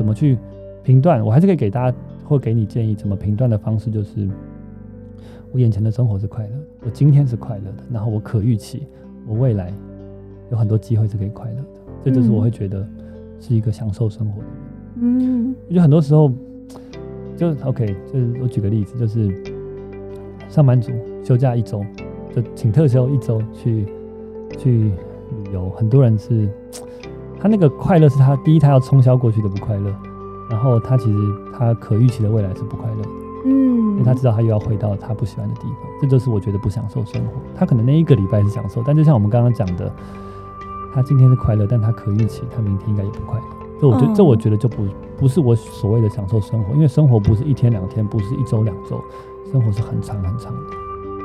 么去评断，我还是可以给大家或给你建议，怎么评断的方式就是我眼前的生活是快乐的，我今天是快乐的，然后我可预期我未来有很多机会是可以快乐的，这就是我会觉得是一个享受生活的人。我觉得很多时候就 OK， 就是我举个例子，就是上班族休假1周，就请特休1周去旅游，很多人是他那个快乐是他第一他要冲销过去的不快乐，然后他其实他可预期的未来是不快乐的，因为他知道他又要回到他不喜欢的地方，这就是我觉得不享受生活。他可能那1个礼拜是享受，但就像我们刚刚讲的，他今天是快乐，但他可预期他明天应该也不快乐。这我觉得就不是我所谓的享受生活，因为生活不是1天2天，不是1周2周，生活是很长很长的。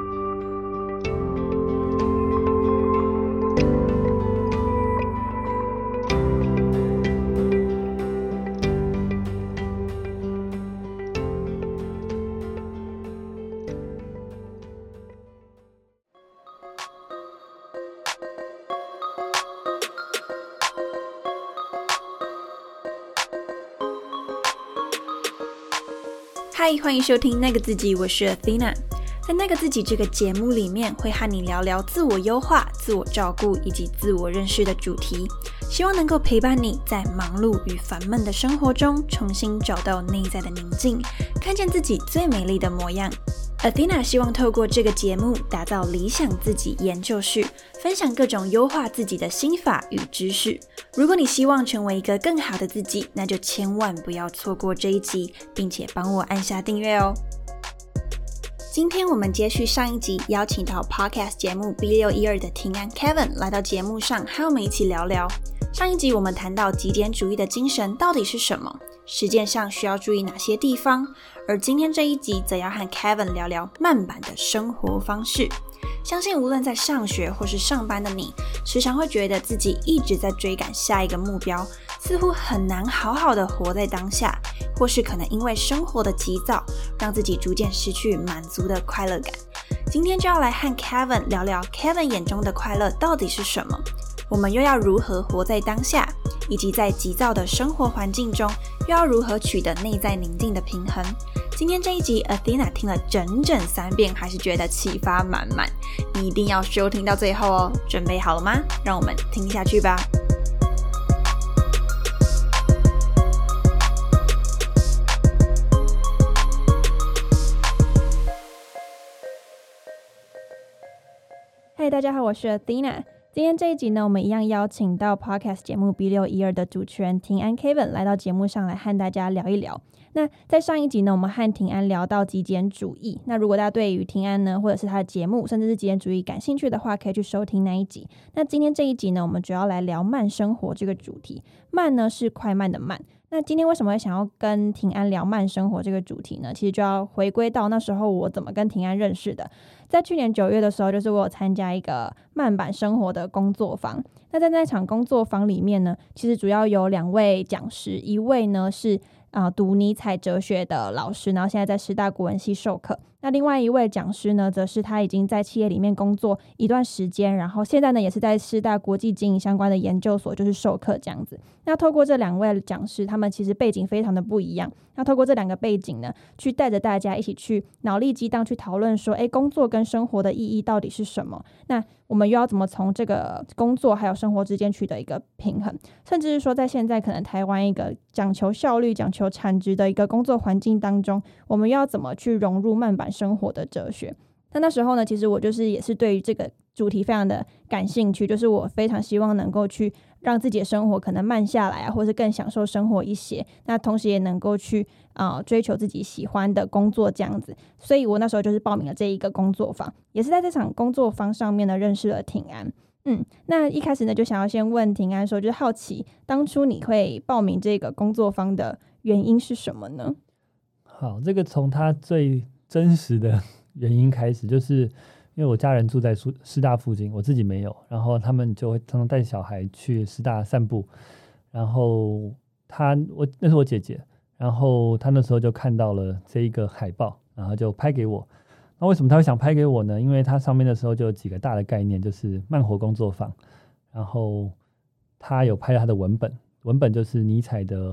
嗨，欢迎收听那个自己，我是 Athena。 在那个自己这个节目里面，会和你聊聊自我优化、自我照顾以及自我认识的主题，希望能够陪伴你在忙碌与烦闷的生活中重新找到内在的宁静，看见自己最美丽的模样。Athena 希望透过这个节目打造理想自己研究室，分享各种优化自己的心法与知识。如果你希望成为一个更好的自己，那就千万不要错过这一集，并且帮我按下订阅哦。今天我们接续上一集，邀请到 Podcast 节目 B612 的庭安 Kevin 来到节目上，和我们一起聊聊。上一集我们谈到极简主义的精神到底是什么，实践上需要注意哪些地方，而今天这一集则要和 Kevin 聊聊慢版的生活方式。相信无论在上学或是上班的你，时常会觉得自己一直在追赶下一个目标，似乎很难好好的活在当下，或是可能因为生活的急躁，让自己逐渐失去满足的快乐感。今天就要来和 Kevin 聊聊 Kevin 眼中的快乐到底是什么，我们又要如何活在当下，以及在急躁的生活环境中，又要如何取得内在宁静的平衡。今天这一集 Athena 听了整整3遍，还是觉得启发满满，你一定要收听到最后哦。准备好了吗？让我们听下去吧。嗨，大家好，我是 Athena。今天这一集呢，我们一样邀请到 Podcast 节目 B612 的主持人庭安 Kevin 来到节目上来和大家聊一聊。那在上一集呢，我们和庭安聊到极简主义。那如果大家对于庭安呢，或者是他的节目，甚至是极简主义感兴趣的话，可以去收听那一集。那今天这一集呢，我们主要来聊慢生活这个主题。慢呢是快慢的慢。那今天为什么会想要跟庭安聊慢生活这个主题呢？其实就要回归到那时候我怎么跟庭安认识的。在去年9月的时候，就是我有参加一个慢版生活的工作坊。那在那场工作坊里面呢，其实主要有2位讲师，一位呢是读尼采哲学的老师，然后现在在师大国文系授课。那另外一位讲师呢，则是他已经在企业里面工作一段时间，然后现在呢也是在师大国际经营相关的研究所就是授课这样子。那透过这2位讲师，他们其实背景非常的不一样。那透过这2个背景呢，去带着大家一起去脑力激荡，去讨论说，工作跟生活的意义到底是什么？那我们又要怎么从这个工作还有生活之间取得一个平衡？甚至是说，在现在可能台湾一个讲求效率、讲求产值的一个工作环境当中，我们又要怎么去融入慢版生活的哲学？那时候呢，其实我也是对于这个主题非常的感兴趣，就是我非常希望能够去让自己的生活可能慢下来啊，或是更享受生活一些，那同时也能够去追求自己喜欢的工作这样子。所以我那时候就是报名了这一个工作坊，也是在这场工作坊上面呢认识了庭安。那一开始呢就想要先问庭安说，就是好奇当初你会报名这个工作坊的原因是什么呢？ 好，这个从他最真实的原因开始，就是因为我家人住在师大附近，我自己没有，然后他们就会常常带小孩去师大散步，然后那是我姐姐，然后她那时候就看到了这一个海报，然后就拍给我。那为什么她会想拍给我呢？因为她上面的时候就有几个大的概念，就是慢活工作坊，然后她有拍了她的文本就是尼采的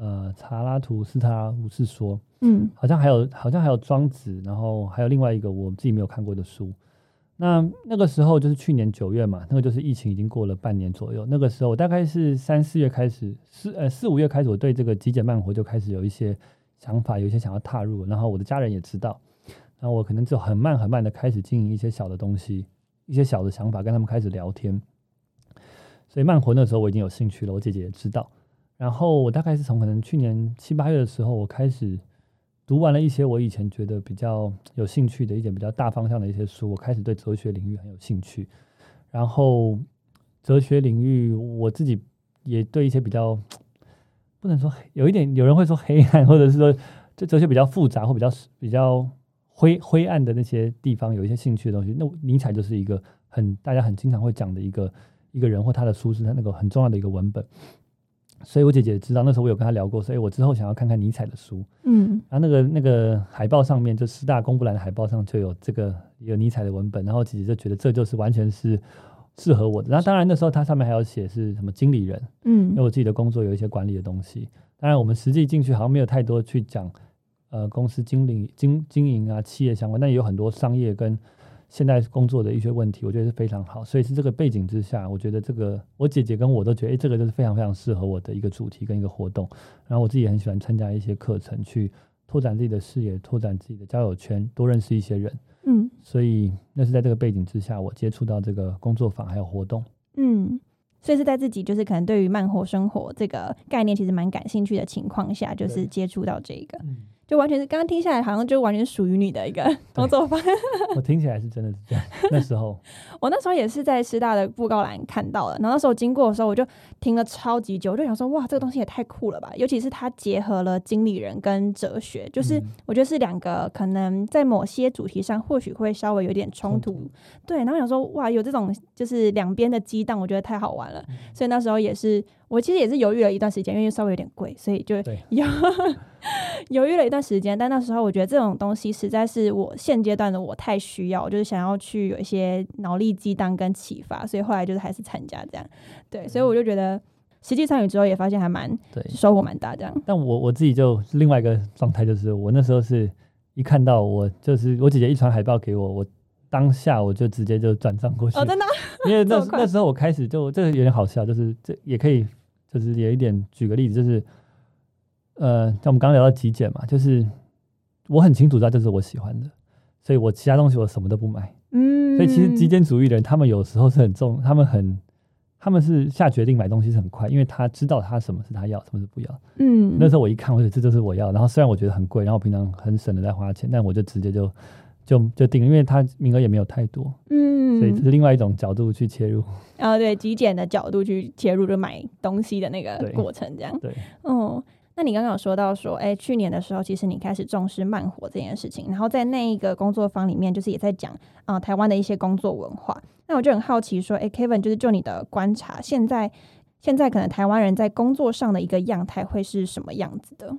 查拉图斯特拉如是说，好像还有庄子，然后还有另外一个我自己没有看过的书。那个时候就是去年9月嘛，那个就是疫情已经过了半年左右。那个时候我大概是3、4月开始，4、5月开始，我对这个极简慢活就开始有一些想法，有一些想要踏入。然后我的家人也知道，然后我可能就很慢很慢的开始经营一些小的东西，一些小的想法，跟他们开始聊天。所以慢活那时候我已经有兴趣了，我姐姐也知道。然后我大概是从可能去年7、8月的时候，我开始读完了一些我以前觉得比较有兴趣的一点比较大方向的一些书，我开始对哲学领域很有兴趣。然后哲学领域我自己也对一些比较不能说有一点，有人会说黑暗，或者是说就哲学比较复杂或比较灰暗的那些地方有一些兴趣的东西。那尼采就是一个大家很经常会讲的一个人，或他的书是他那个很重要的一个文本。所以我姐姐知道，那时候我有跟她聊过，所以我之后想要看看尼采的书。然后那个海报上面，就师大公布栏的海报上就有尼采的文本，然后姐姐就觉得这就是完全是适合我的。然后当然那时候它上面还有写是什么经理人，因为我自己的工作有一些管理的东西。当然我们实际进去好像没有太多去讲公司经营啊、企业相关，但也有很多商业跟现在工作的一些问题，我觉得是非常好。所以是这个背景之下，我觉得这个我姐姐跟我都觉得，这个就是非常非常适合我的一个主题跟一个活动。然后我自己也很喜欢参加一些课程，去拓展自己的视野，拓展自己的交友圈，多认识一些人。所以那是在这个背景之下，我接触到这个工作坊还有活动。 所以是在自己就是可能对于慢活生活这个概念其实蛮感兴趣的情况下，就是接触到这个。就完全是刚刚听下来好像就完全属于你的一个工作坊。 我听起来是真的是这样。那时候我那时候也是在师大的布告栏看到了，然后那时候经过的时候我就听了超级久，我就想说哇，这个东西也太酷了吧，尤其是它结合了经理人跟哲学，就是我觉得是两个可能在某些主题上或许会稍微有点冲突。对，然后想说哇，有这种就是两边的激荡，我觉得太好玩了。所以那时候也是我其实也是犹豫了一段时间，因为稍微有点贵，所以就犹豫了一段时间。但那时候我觉得这种东西实在是我现阶段的我太需要，就是想要去有一些脑力激荡跟启发，所以后来就是还是参加这样。对，所以我就觉得实际参与之后也发现还蛮收获蛮大这样。 但我自己就是另外一个状态，就是我那时候是一看到我姐姐一传海报给我当下我就直接就转账过去。 真的？ 因为那时候我开始就这个有点好笑，就是这也可以就是有一点举个例子，就是像我们刚刚聊到极简嘛，就是我很清楚知道这是我喜欢的，所以我其他东西我什么都不买。所以其实极简主义的人，他们有时候是很重，他们是下决定买东西是很快，因为他知道他什么是他要，什么是不要。那时候我一看，我觉得这就是我要。然后虽然我觉得很贵，然后我平常很省的在花钱，但我就直接就定了，因为他名额也没有太多。所以这是另外一种角度去切入。 对，极简的角度去切入，就买东西的那个过程这样。 对。 那你刚刚有说到说，去年的时候，其实你开始重视慢活这件事情，然后在那一个工作坊里面，就是也在讲台湾的一些工作文化。那我就很好奇说，Kevin， 就是就你的观察，现在可能台湾人在工作上的一个样态会是什么样子的？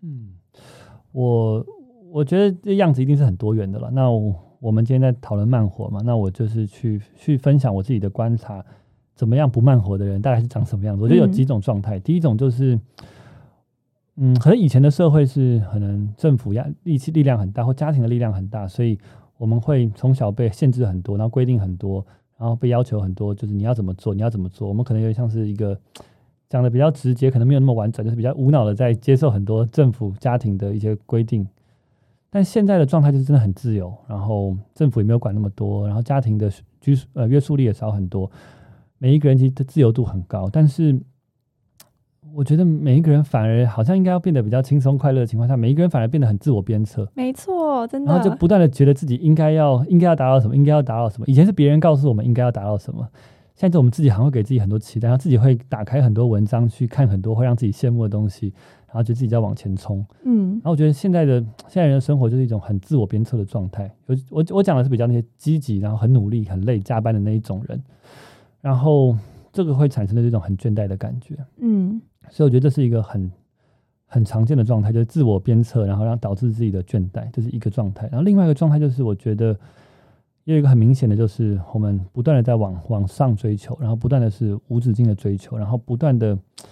我觉得这样子一定是很多元的了。那我们今天在讨论慢活嘛，那我就是去分享我自己的观察，怎么样不慢活的人大概是长什么样子。我觉得有几种状态。第一种就是可能以前的社会是可能政府力量很大，或家庭的力量很大，所以我们会从小被限制很多，然后规定很多，然后被要求很多，就是你要怎么做，你要怎么做。我们可能有点像是一个讲的比较直接，可能没有那么婉转，就是比较无脑的在接受很多政府家庭的一些规定。但现在的状态就是真的很自由，然后政府也没有管那么多，然后家庭的约束力也少很多，每一个人其实的自由度很高。但是我觉得每一个人反而好像应该要变得比较轻松快乐的情况下，每一个人反而变得很自我鞭策。 没错，真的。 然后就不断的觉得自己应该要达到什么，应该要达到什么。以前是别人告诉我们应该要达到什么，现在我们自己好像会给自己很多期待，然后自己会打开很多文章去看很多会让自己羡慕的东西，然后觉得自己要往前冲。然后我觉得现在人的生活就是一种很自我鞭策的状态。我讲的是比较那些积极，然后很努力、很累、加班的那一种人，然后这个会产生的这种很倦怠的感觉。所以我觉得这是一个很常见的状态，就是自我鞭策，然后让导致自己的倦怠，这是一个状态。然后另外一个状态就是我觉得有一个很明显的，就是我们不断的在往上追求，然后不断的是无止境的追求，然后不断的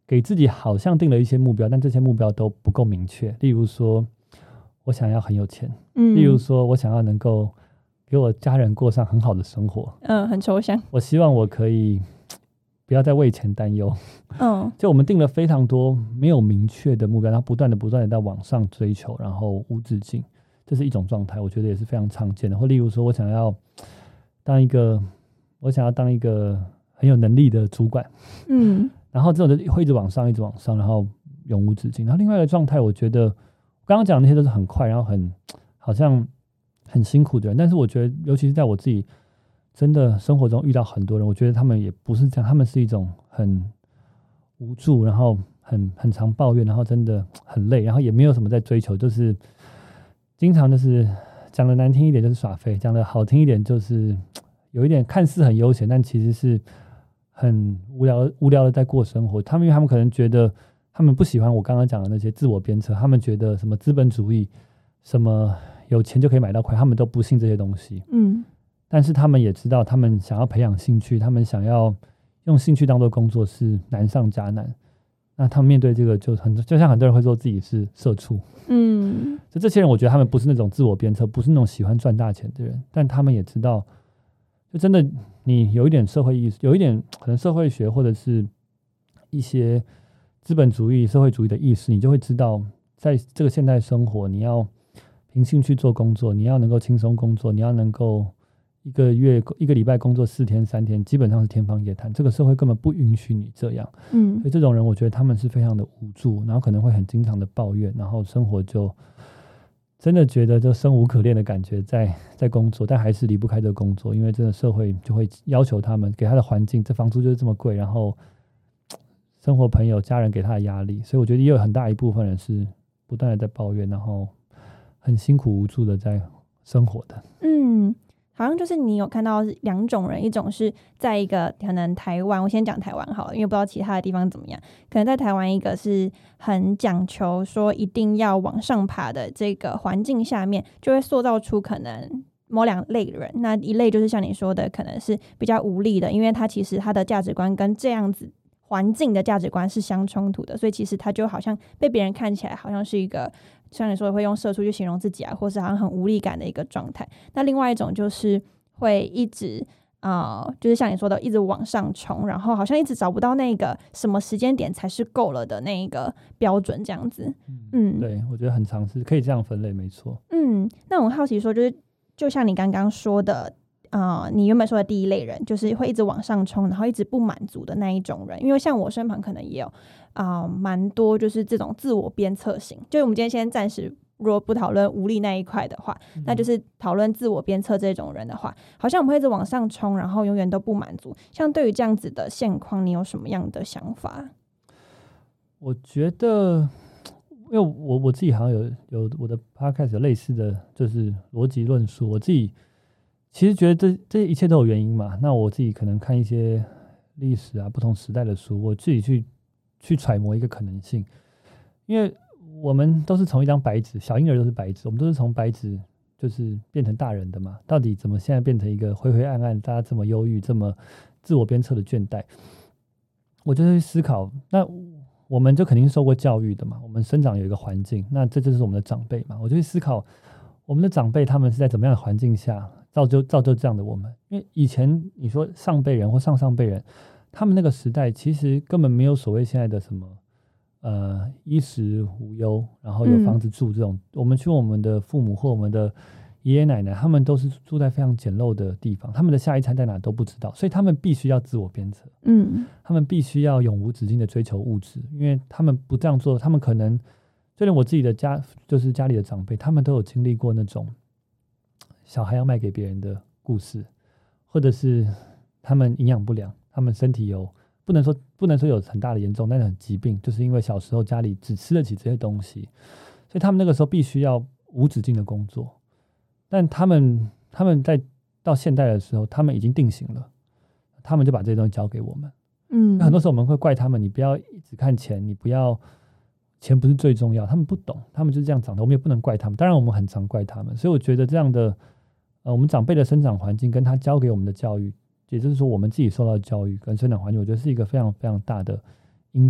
给自己好像定了一些目标，但这些目标都不够明确。例如说我想要很有钱，例如说我想要能够给我家人过上很好的生活， 很抽象。 我希望我可以不要再为钱担忧。就我们定了非常多没有明确的目标，然后不断的在往上追求，然后无止境，这是一种状态，我觉得也是非常常见的。或例如说我想要当一个很有能力的主管，然后这种就会一直往上，然后永无止境。然后另外一个状态，我觉得刚刚讲的那些都是很快，然后好像很辛苦的人，但是我觉得尤其是在我自己真的生活中遇到很多人，我觉得他们也不是这样，他们是一种很无助，然后很常抱怨，然后真的很累，然后也没有什么在追求，就是经常就是讲的难听一点就是耍废，讲的好听一点就是有一点看似很悠闲，但其实是很无聊的在过生活。因为他们可能觉得他们不喜欢我刚刚讲的那些自我鞭策，他们觉得什么资本主义，什么有钱就可以买到快，他们都不信这些东西。但是他们也知道，他们想要培养兴趣，他们想要用兴趣当做工作是难上加难。那他们面对这个就像很多人会说自己是社畜。就这些人，我觉得他们不是那种自我鞭策，不是那种喜欢赚大钱的人，但他们也知道，就真的你有一点社会意识，有一点可能社会学或者是一些资本主义、社会主义的意识，你就会知道，在这个现代生活，你要凭兴趣做工作，你要能够轻松工作，你要能够一个礼拜工作4天3天，基本上是天方夜谭。这个社会根本不允许你这样。所以这种人，我觉得他们是非常的无助，然后可能会很经常的抱怨，然后生活就真的觉得就生无可恋的感觉在工作，但还是离不开这个工作，因为真的社会就会要求他们，给他的环境，这房租就是这么贵，然后生活朋友家人给他的压力，所以我觉得也有很大一部分人是不断的在抱怨，然后很辛苦无助的在生活的。 好像就是你有看到2种人，一种是在一个可能台湾，我先讲台湾好了，因为不知道其他的地方怎么样。可能在台湾，一个是很讲求说一定要往上爬的这个环境下面，就会塑造出可能某2类人。那一类就是像你说的，可能是比较无力的，因为他其实他的价值观跟这样子环境的价值观是相冲突的，所以其实他就好像被别人看起来好像是一个像你说会用社畜去形容自己啊，或是好像很无力感的一个状态。那另外一种就是会一直就是像你说的一直往上冲，然后好像一直找不到那个什么时间点才是够了的那一个标准这样子。 对，我觉得很常识，可以这样分类，没错。 那我好奇说，就像你刚刚说的你原本说的第一类人，就是会一直往上冲，然后一直不满足的那一种人。因为像我身旁可能也有蛮多就是这种自我鞭策型，就我们今天先暂时如果不讨论无力那一块的话，那就是讨论自我鞭策这种人的话，好像我们会一直往上冲，然后永远都不满足。像对于这样子的现况，你有什么样的想法？ 我觉得因为我自己好像有我的 podcast 有类似的就是逻辑论述，我自己其实觉得这一切都有原因嘛。那我自己可能看一些历史啊不同时代的书，我自己去揣摩一个可能性。因为我们都是从一张白纸，小婴儿都是白纸，我们都是从白纸就是变成大人的嘛。到底怎么现在变成一个灰灰暗暗，大家这么忧郁，这么自我鞭策的倦怠？我就去思考，那我们就肯定是受过教育的嘛，我们生长有一个环境，那这就是我们的长辈嘛。我就去思考，我们的长辈他们是在怎么样的环境下造就这样的我们。因为以前你说上辈人或上上辈人，他们那个时代其实根本没有所谓现在的什么衣食无忧，然后有房子住这种。我们去问我们的父母或我们的爷爷奶奶，他们都是住在非常简陋的地方，他们的下一餐在哪都不知道，所以他们必须要自我鞭策。他们必须要永无止境的追求物质，因为他们不这样做，他们可能就连我自己的就是家里的长辈，他们都有经历过那种小孩要卖给别人的故事，或者是他们营养不良，他们身体有不能说有很大的严重，但是很疾病，就是因为小时候家里只吃得起这些东西，所以他们那个时候必须要无止境的工作。但他们在到现代的时候，他们已经定型了，他们就把这些东西交给我们。很多时候我们会怪他们，你不要一直看钱，你不要钱不是最重要，他们不懂，他们就是这样长的，我们也不能怪他们。当然我们很常怪他们，所以我觉得这样的我们长辈的生长环境跟他教给我们的教育，也就是说我们自己受到的教育跟生长环境，我觉得是一个非常非常大的因素。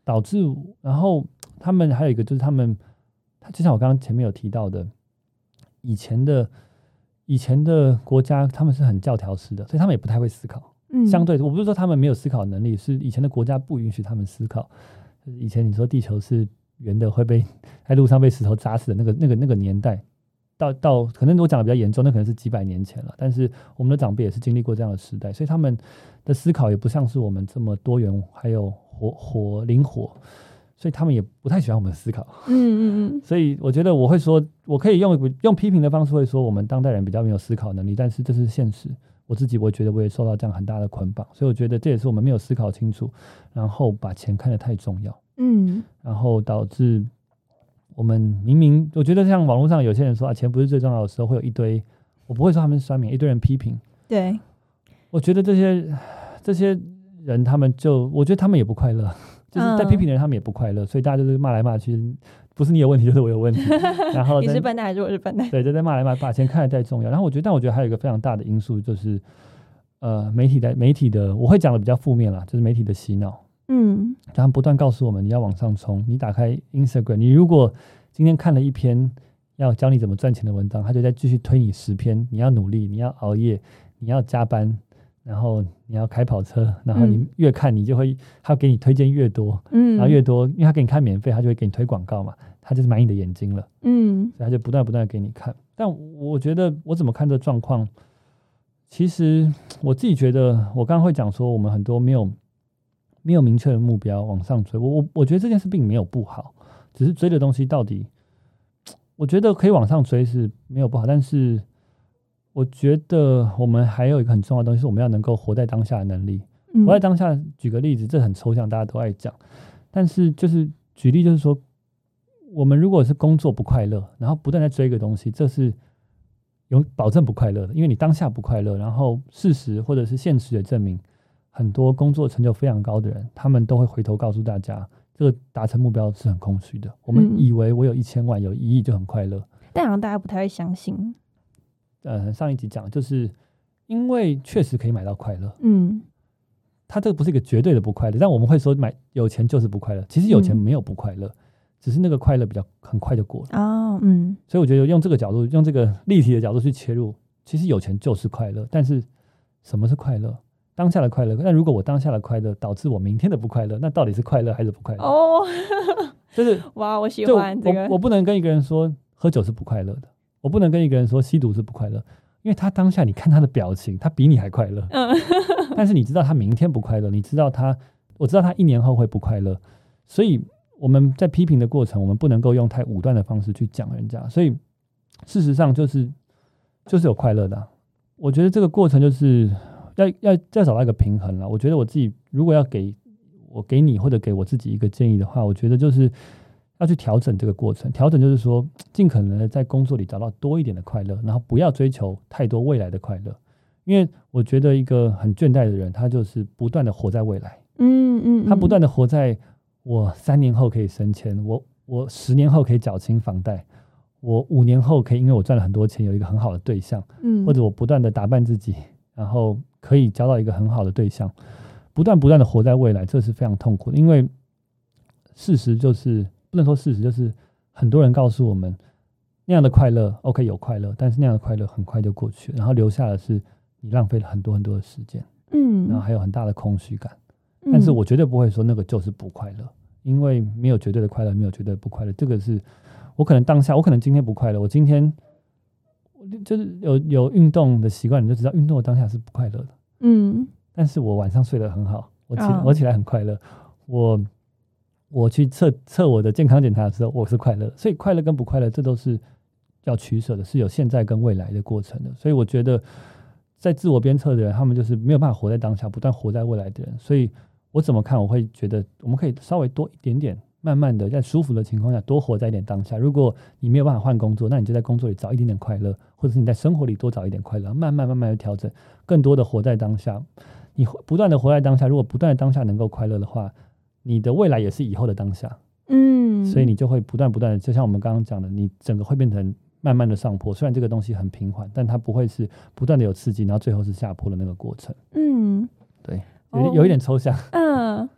导致，然后他们还有一个就是就像我刚刚前面有提到的，以前的国家他们是很教条式的，所以他们也不太会思考。相对我不是说他们没有思考能力，是以前的国家不允许他们思考。以前你说地球是圆的，会被在路上被石头砸死的那个年代，到可能我讲的比较严重，那可能是几百年前了。但是我们的长辈也是经历过这样的时代，所以他们的思考也不像是我们这么多元，还有灵活，所以他们也不太喜欢我们的思考。所以我觉得我会说，我可以用批评的方式会说，我们当代人比较没有思考能力，但是这是现实。我自己我觉得我也受到这样很大的捆绑，所以我觉得这也是我们没有思考清楚，然后把钱看得太重要，然后导致我们明明我觉得像网络上有些人说钱不是最重要的时候，会有一堆，我不会说他们是酸民，一堆人批评。 对， 我觉得这些人他们我觉得他们也不快乐，就是在批评的人他们也不快乐，所以大家就是骂来骂去，不是你有问题就是我有问题，然后你是笨蛋还是我是笨蛋？ 对，就在骂来骂，把钱看得太重要。然后但我觉得还有一个非常大的因素就是媒体的我会讲的比较负面啦，就是媒体的洗脑。他们不断告诉我们你要往上冲，你打开 Instagram， 你如果今天看了一篇要教你怎么赚钱的文章，他就再继续推你10篇，你要努力，你要熬夜，你要加班，然后你要开跑车，然后你越看你就会他给你推荐越多，然后越多，因为他给你看免费，他就会给你推广告嘛，他就是买你的眼睛了，所以他就不断的给你看。但我觉得我怎么看这状况，其实我自己觉得我刚刚会讲说我们很多没有明确的目标往上追，我觉得这件事并没有不好，只是追的东西到底，我觉得可以往上追是没有不好，但是我觉得我们还有一个很重要的东西是我们要能够活在当下的能力。活在当下，举个例子，这很抽象，大家都爱讲，但是就是举例就是说，我们如果是工作不快乐，然后不断在追一个东西，这是保证不快乐的，因为你当下不快乐，然后事实或者是现实也证明，很多工作成就非常高的人，他们都会回头告诉大家，这个达成目标是很空虚的。我们以为我有1000万有1亿就很快乐， 但好像大家不太会相信。 上一集讲就是因为确实可以买到快乐，它这个不是一个绝对的不快乐，但我们会说有钱就是不快乐，其实有钱没有不快乐，只是那个快乐很快就过了。所以我觉得用这个角度，用这个立体的角度去切入，其实有钱就是快乐。但是什么是快乐？当下的快乐。那如果我当下的快乐导致我明天的不快乐，那到底是快乐还是不快乐？就是哇，我喜欢这个。 我不能跟一个人说喝酒是不快乐的，我不能跟一个人说吸毒是不快乐，因为他当下你看他的表情，他比你还快乐。但是你知道他明天不快乐，我知道他1年后会不快乐，所以我们在批评的过程，我们不能够用太武断的方式去讲人家，所以事实上就是有快乐的。我觉得这个过程就是要找到一个平衡啦。我觉得我自己如果要给你或者给我自己一个建议的话，我觉得就是要去调整这个过程。调整就是说，尽可能的在工作里找到多一点的快乐，然后不要追求太多未来的快乐。因为我觉得一个很倦怠的人，他就是不断的活在未来。他不断的活在我3年后可以升迁，我10年后可以缴清房贷，我5年后可以因为我赚了很多钱有一个很好的对象，或者我不断的打扮自己，然后可以交到一个很好的对象，不断的活在未来，这是非常痛苦的。因为事实就是不能说事实，就是很多人告诉我们那样的快乐 OK 有快乐，但是那样的快乐很快就过去了，然后留下的是你浪费了很多很多的时间，然后还有很大的空虚感。但是我绝对不会说那个就是不快乐，因为没有绝对的快乐，没有绝对的不快乐。这个是我可能今天不快乐，我今天就是有运动的习惯，你就知道运动的当下是不快乐的。但是我晚上睡得很好，我起来很快乐，我去测我的健康检查的时候，我是快乐。所以快乐跟不快乐，这都是要取舍的，是有现在跟未来的过程的。所以我觉得在自我鞭策的人，他们就是没有办法活在当下，不断活在未来的人。所以我怎么看，我会觉得我们可以稍微多一点点，慢慢的在舒服的情况下多活在一点当下。如果你没有办法换工作，那你就在工作里找一点点快乐，或者是你在生活里多找一点快乐，慢慢的调整，更多的活在当下。你不断的活在当下，如果不断的当下能够快乐的话，你的未来也是以后的当下。所以你就会不断的，就像我们刚刚讲的，你整个会变成慢慢的上坡。虽然这个东西很平缓，但它不会是不断的有刺激，然后最后是下坡的那个过程。对，有一点抽象。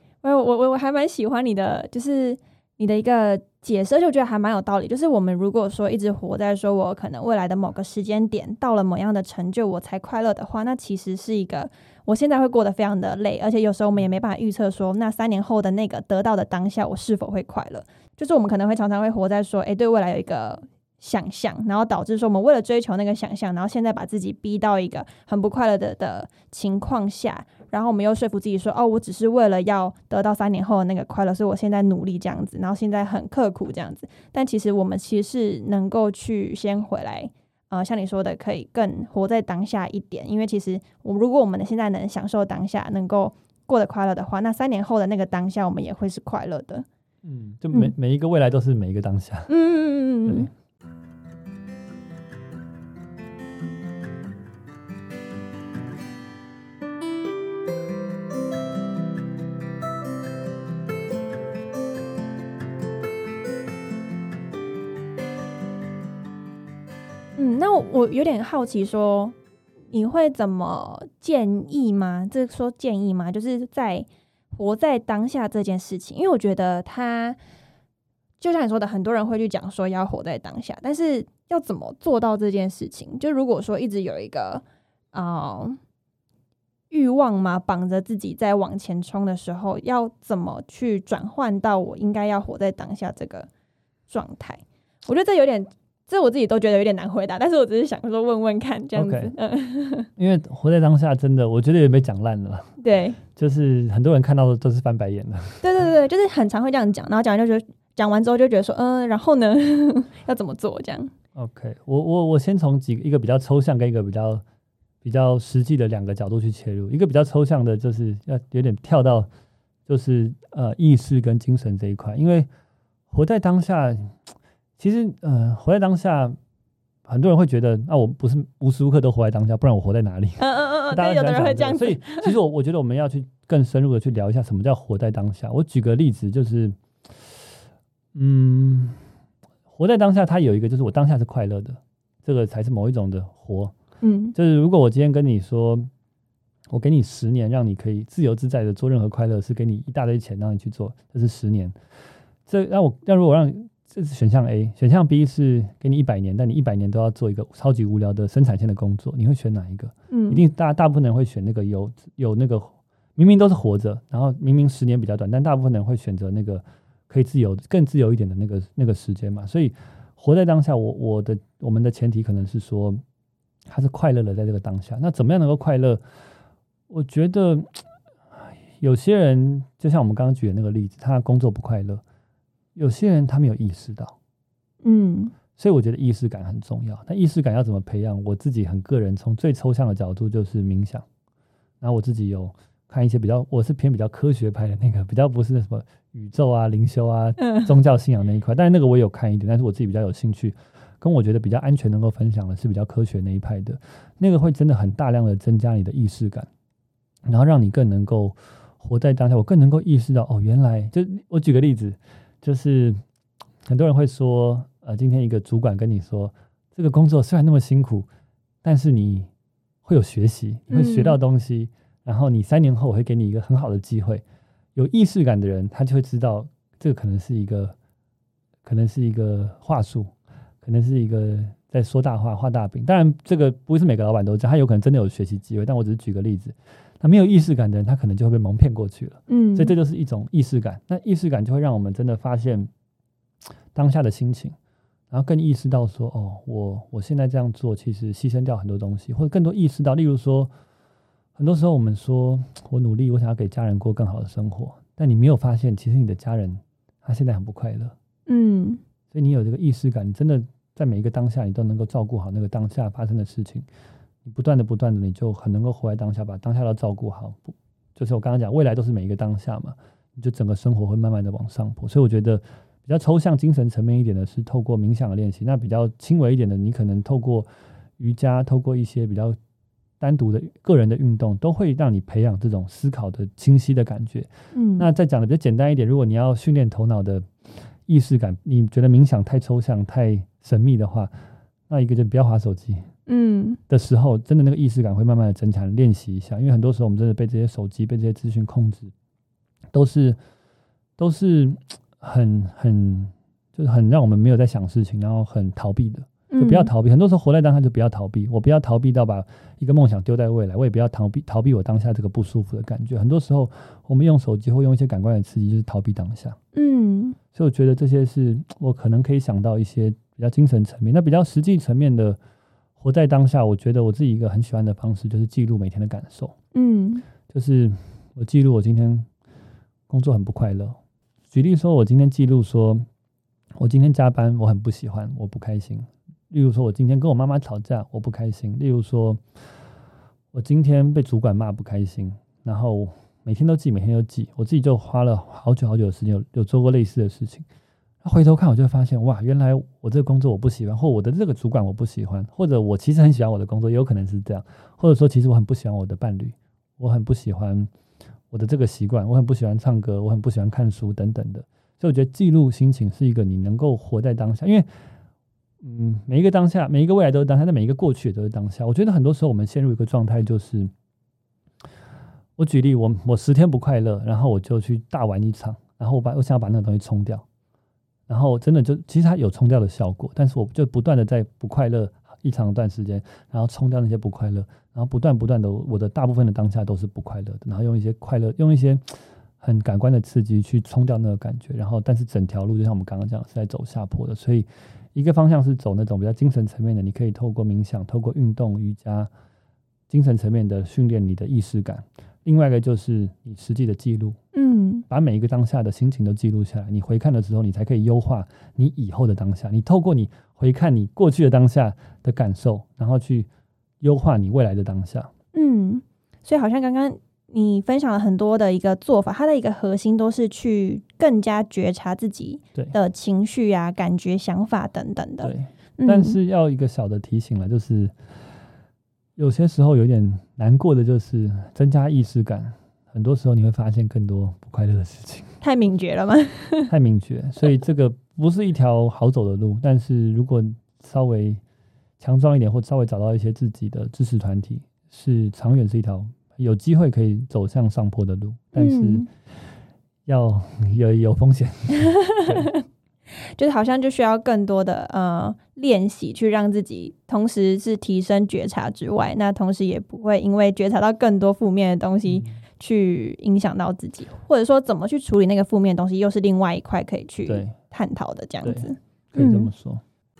我还蛮喜欢你的，就是你的一个解释，就觉得还蛮有道理。就是我们如果说一直活在说我可能未来的某个时间点到了某样的成就我才快乐的话，那其实是一个我现在会过得非常的累，而且有时候我们也没办法预测说那3年后的那个得到的当下我是否会快乐。就是我们可能会常常会活在说对未来有一个想象，然后导致说我们为了追求那个想象，然后现在把自己逼到一个很不快乐的情况下，然后我们又说服自己说我只是为了要得到3年后的那个快乐，所以我现在努力这样子，然后现在很刻苦这样子。但其实我们其实是能够去先回来像你说的可以更活在当下一点，因为其实如果我们现在能享受当下，能够过得快乐的话，那3年后的那个当下我们也会是快乐的。 就每一个未来都是每一个当下。对。 那我有点好奇说你会怎么建议吗？这说建议吗？就是在活在当下这件事情，因为我觉得他就像你说的，很多人会去讲说要活在当下，但是要怎么做到这件事情？就如果说一直有一个欲望嘛，绑着自己在往前冲的时候，要怎么去转换到我应该要活在当下这个状态？我觉得这有点，这我自己都觉得有点难回答，但是我只是想说问问看这样子。 Okay. 因为活在当下真的我觉得也被讲烂了。 对， 就是很多人看到的都是翻白眼的。 对，就是很常会这样讲，然后讲完之后就觉得说然后呢要怎么做这样。 OK， 我先从一个比较抽象跟一个比较实际的2个角度去切入。一个比较抽象的就是要有点跳到就是意识跟精神这一块，因为活在当下其实活在当下很多人会觉得我不是无时无刻都活在当下，不然我活在哪里？ 对，有的人会这样子。 所以其实我觉得我们要去更深入的去聊一下什么叫活在当下。我举个例子，就是活在当下它有一个就是我当下是快乐的，这个才是某一种的活。就是如果我今天跟你说我给你10年让你可以自由自在的做任何快乐，是给你一大堆钱让你去做，这是10年。这如果让这是选项 A， 选项 B 是给你100年，但你100年都要做一个超级无聊的生产线的工作，你会选哪一个？一定大部分人会选那个有那个明明都是活着，然后明明10年比较短，但大部分人会选择那个可以更自由一点的那个时间嘛。所以活在当下，我们的前提可能是说他是快乐的在这个当下。那怎么样能够快乐？我觉得有些人就像我们刚刚举的那个例子，他工作不快乐，有些人他没有意识到，所以我觉得意识感很重要。那意识感要怎么培养？我自己很个人，从最抽象的角度就是冥想。然后我自己有看一些我是偏比较科学派的那个，比较不是什么宇宙啊、灵修啊、宗教信仰那一块。但是那个我也有看一点，但是我自己比较有兴趣，跟我觉得比较安全能够分享的是比较科学那一派的。那个会真的很大量的增加你的意识感，然后让你更能够活在当下。我更能够意识到原来就我举个例子，就是很多人会说今天一个主管跟你说这个工作虽然那么辛苦，但是你会有学习，你会学到东西，然后你3年后我会给你一个很好的机会。有意识感的人他就会知道这个可能是一个话术，可能是一个在说大话画大饼。当然这个不是每个老板都这样，他有可能真的有学习机会，但我只是举个例子。那没有意识感的人他可能就会被蒙骗过去了。所以这就是一种意识感。那意识感就会让我们真的发现当下的心情，然后更意识到说我现在这样做其实牺牲掉很多东西，或者更多意识到，例如说很多时候我们说我努力我想要给家人过更好的生活，但你没有发现其实你的家人他现在很不快乐。所以你有这个意识感，你真的在每一个当下你都能够照顾好那个当下发生的事情，你不断的你就很能够活在当下，把当下都照顾好。就是我刚刚讲未来都是每一个当下嘛，你就整个生活会慢慢的往上坡。所以我觉得比较抽象精神层面一点的是透过冥想的练习，那比较轻微一点的你可能透过瑜伽，透过一些比较单独的个人的运动，都会让你培养这种思考的清晰的感觉。那再讲的比较简单一点，如果你要训练头脑的意识感，你觉得冥想太抽象太神秘的话，那一个就不要滑手机的时候，真的那个意识感会慢慢的增强，练习一下。因为很多时候我们真的被这些手机被这些资讯控制， 都是就是很让我们没有在想事情，然后很逃避的。就不要逃避，很多时候活在当下就不要逃避。我不要逃避到把一个梦想丢在未来，我也不要逃避我当下这个不舒服的感觉。很多时候我们用手机或用一些感官的刺激，就是逃避当下。所以我觉得这些是我可能可以想到一些比较精神层面。那比较实际层面的活在当下，我觉得我自己一个很喜欢的方式就是记录每天的感受。就是我记录我今天工作很不快乐。举例说，我今天记录说我今天加班我很不喜欢，我不开心。例如说我今天跟我妈妈吵架我不开心，例如说我今天被主管骂不开心，然后每天都记，我自己就花了好久的时间有做过类似的事情。回头看我就会发现，哇，原来我这个工作我不喜欢，或我的这个主管我不喜欢，或者我其实很喜欢我的工作，也有可能是这样，或者说其实我很不喜欢我的伴侣，我很不喜欢我的这个习惯，我很不喜欢唱歌，我很不喜欢看书等等的。所以我觉得记录心情是一个你能够活在当下，因为每一个当下，每一个未来都是当下，但每一个过去也都是当下。我觉得很多时候我们陷入一个状态，就是我举例，我10天不快乐，然后我就去大玩一场，然后我想要把那个东西冲掉，然后真的就其实它有冲掉的效果，但是我就不断的在不快乐一长段时间，然后冲掉那些不快乐，然后不断的我的大部分的当下都是不快乐的，然后用一些很感官的刺激去冲掉那个感觉，然后但是整条路就像我们刚刚讲是在走下坡的。所以一个方向是走那种比较精神层面的，你可以透过冥想，透过运动、瑜伽，精神层面的训练你的意识感。另外一个就是你实际的记录，把每一个当下的心情都记录下来，你回看的时候你才可以优化你以后的当下。你透过你回看你过去的当下的感受，然后去优化你未来的当下。 所以好像刚刚你分享了很多的一个做法，它的一个核心都是去更加觉察自己的情绪啊、感觉、想法等等的。 对，但是要一个小的提醒了，就是有些时候有点难过的就是增加意识感，很多时候你会发现更多不快乐的事情。 太敏觉了吗？ 太敏觉，所以这个不是一条好走的路，但是如果稍微强壮一点，或稍微找到一些自己的支持团体，是长远是一条有机会可以走向上坡的路，但是要有风险。 就是好像就需要更多的练习，去让自己同时是提升觉察之外，那同时也不会因为觉察到更多负面的东西去影响到自己，或者说怎么去处理那个负面的东西，又是另外一块可以去探讨的这样子。 可以这么说。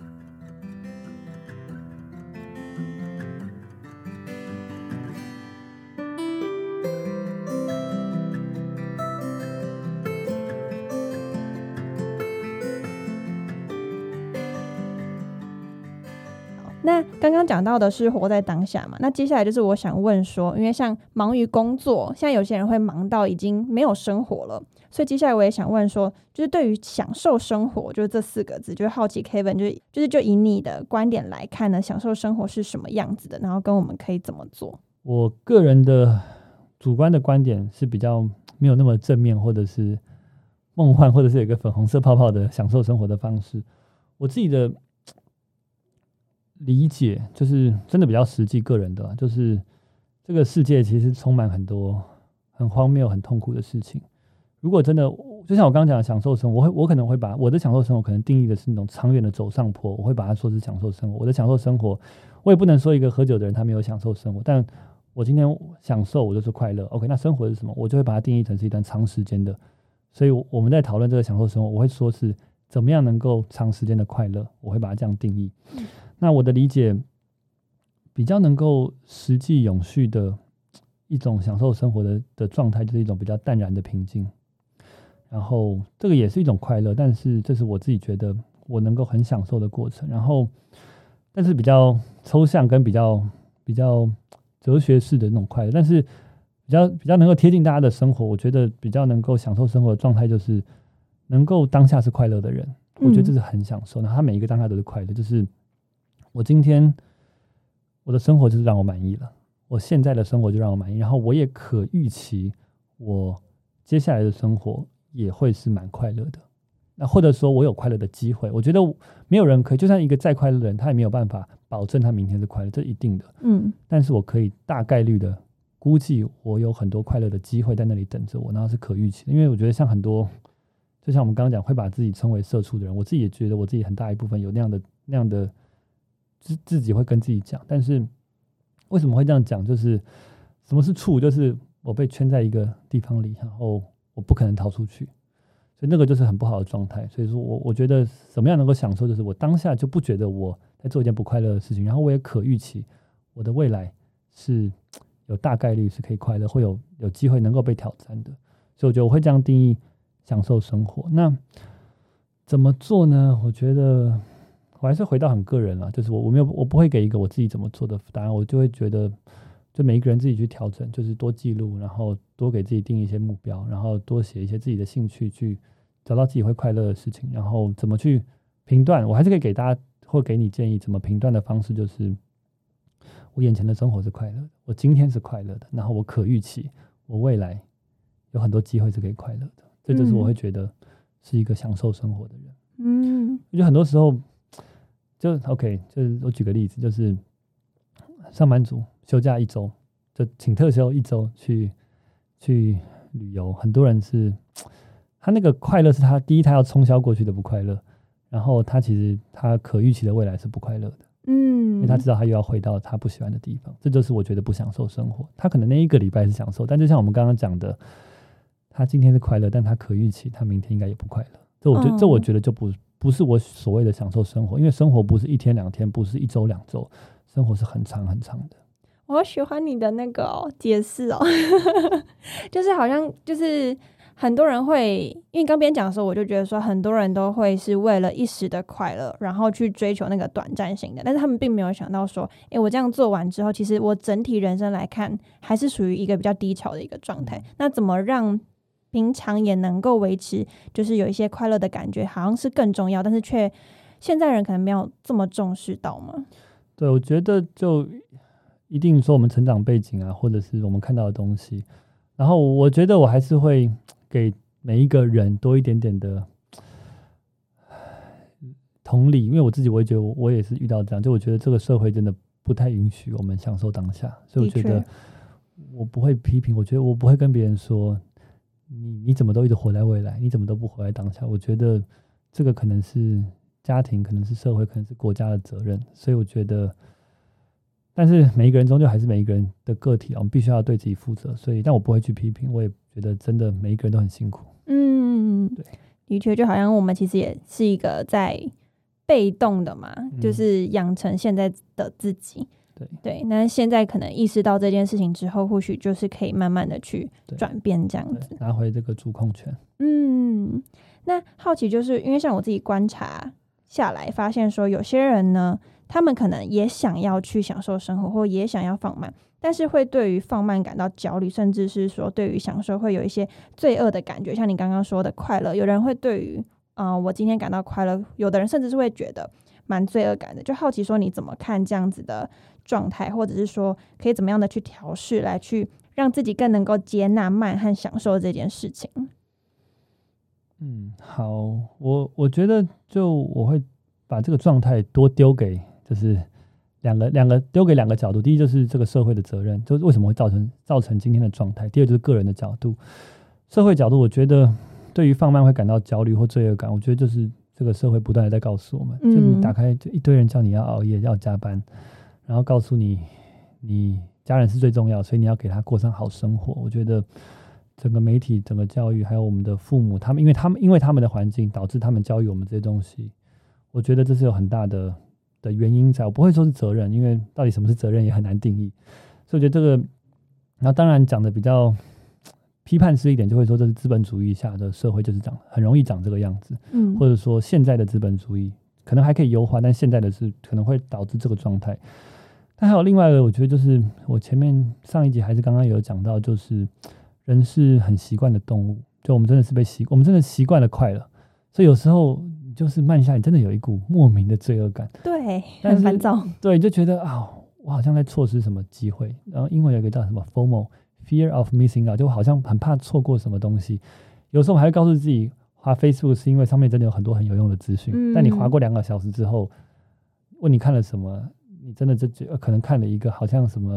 那刚刚讲到的是活在当下嘛，那接下来就是我想问说，因为像忙于工作，现在有些人会忙到已经没有生活了，所以接下来我也想问说，就是对于享受生活，就是这4个字，就是好奇 Kevin 就以你的观点来看呢，享受生活是什么样子的，然后跟我们可以怎么做？ 我个人的主观的观点是比较没有那么正面，或者是梦幻，或者是有一个粉红色泡泡的享受生活的方式。我自己的理解就是真的比较实际个人的，就是这个世界其实充满很多很荒谬很痛苦的事情。如果真的就像我刚刚讲的享受生活，我可能会把我的享受生活可能定义的是那种长远的走上坡，我会把它说是享受生活。我的享受生活，我也不能说一个喝酒的人他没有享受生活，但我今天享受我就是快乐。 OK， 那生活是什么？我就会把它定义成是一段长时间的。所以我们在讨论这个享受生活，我会说是怎么样能够长时间的快乐，我会把它这样定义。那我的理解比较能够实际永续的一种享受生活的状态，就是一种比较淡然的平静，然后这个也是一种快乐，但是这是我自己觉得我能够很享受的过程。然后但是比较抽象跟比较哲学式的那种快乐，但是比较能够贴近大家的生活，我觉得比较能够享受生活的状态就是能够当下是快乐的人，我觉得这是很享受。那他每一个当下都是快乐，就是我今天我的生活就是让我满意了，我现在的生活就让我满意，然后我也可预期我接下来的生活也会是蛮快乐的。那或者说我有快乐的机会，我觉得没有人可以，就算一个再快乐的人，他也没有办法保证他明天是快乐，这一定的。但是我可以大概率的估计我有很多快乐的机会在那里等着我，然后是可预期的。因为我觉得像很多，就像我们刚刚讲会把自己称为社畜的人，我自己也觉得我自己很大一部分有那样的自己会跟自己讲。但是为什么会这样讲？就是什么是畜？就是我被圈在一个地方里，然后我不可能逃出去，所以那个就是很不好的状态。所以说我觉得怎么样能够享受，就是我当下就不觉得我在做一件不快乐的事情，然后我也可预期我的未来是有大概率是可以快乐，会有机会能够被挑战的。所以我觉得我会这样定义享受生活。那怎么做呢？我觉得我还是回到很个人啦，就是我不会给一个我自己怎么做的答案，我就会觉得就每一个人自己去调整，就是多记录，然后多给自己定一些目标，然后多写一些自己的兴趣，去找到自己会快乐的事情，然后怎么去评断。我还是可以给大家或给你建议怎么评断的方式，就是我眼前的生活是快乐的，我今天是快乐的，然后我可预期我未来有很多机会是可以快乐的，这就是我会觉得是一个享受生活的人。我觉得很多时候就 OK， 就是我举个例子，就是上班族休假1周，就请特休1周去旅游，很多人是他那个快乐是他第一他要冲销过去的不快乐，然后他其实他可预期的未来是不快乐的。因为他知道他又要回到他不喜欢的地方，这就是我觉得不享受生活。他可能那一个礼拜是享受，但就像我们刚刚讲的，他今天是快乐，但他可预期他明天应该也不快乐。这我觉得就不是我所谓的享受生活，因为生活不是1天2天，不是1周2周，生活是很长很长的。 我好喜欢你的那个解释就是好像就是很多人会，因为刚边讲的时候，我就觉得说很多人都会是为了一时的快乐，然后去追求那个短暂型的，但是他们并没有想到说，我这样做完之后，其实我整体人生来看，还是属于一个比较低潮的一个状态。那怎么让平常也能够维持，就是有一些快乐的感觉，好像是更重要，但是却现在人可能没有这么重视到吗？ 对，我觉得就一定说我们成长背景啊，或者是我们看到的东西，然后我觉得我还是会给每一个人多一点点的同理，因为我自己我也觉得我也是遇到这样，就我觉得这个社会真的不太允许我们享受当下，所以我觉得我不会批评，我觉得我不会跟别人说你怎么都一直活在未来，你怎么都不活在当下。我觉得这个可能是家庭，可能是社会，可能是国家的责任，所以我觉得但是每一个人终究还是每一个人的个体，我们必须要对自己负责，所以但我不会去批评，我也觉得真的每一个人都很辛苦。对， 的确就好像我们其实也是一个在被动的嘛，就是养成现在的自己。对，那现在可能意识到这件事情之后，或许就是可以慢慢的去转变这样子， 拿回这个主控权。 那好奇就是因为像我自己观察下来发现说，有些人呢，他们可能也想要去享受生活，或也想要放慢，但是会对于放慢感到焦虑，甚至是说对于享受会有一些罪恶的感觉。像你刚刚说的快乐，有人会对于我今天感到快乐，有的人甚至是会觉得蛮罪恶感的。就好奇说你怎么看这样子的状态，或者是说可以怎么样的去调试，来去让自己更能够接纳慢和享受这件事情。 好，我觉得就我会把这个状态多丢给就是两个丢给2个角度。第一就是这个社会的责任，就是为什么会造成今天的状态。第二就是个人的角度。社会角度，我觉得对于放慢会感到焦虑或罪恶感，我觉得就是这个社会不断的在告诉我们，就你打开就一堆人叫你要熬夜要加班，然后告诉你家人是最重要，所以你要给他过上好生活。我觉得整个媒体、整个教育，还有我们的父母，因为他们的环境导致他们教育我们这些东西，我觉得这是有很大的原因在。我不会说是责任，因为到底什么是责任也很难定义。所以我觉得这个，然后当然讲的比较批判式一点，就会说这是资本主义下的社会就是很容易长这个样子，或者说现在的资本主义可能还可以优化，但现在的是可能会导致这个状态。但还有另外一个，我觉得就是我前面上一集还是刚刚有讲到，就是人是很习惯的动物，就我们真的是我们真的习惯了快乐，所以有时候就是慢下来，你真的有一股莫名的罪恶感， 对，很烦躁， 对，就觉得我好像在错失什么机会。然后英文有一个叫什么 FOMO，Fear of Missing Out， 就好像很怕错过什么东西。有时候我还会告诉自己，滑 Facebook 是因为上面真的有很多很有用的资讯，但你滑过2个小时之后，问你看了什么，你真的可能看了一个好像什么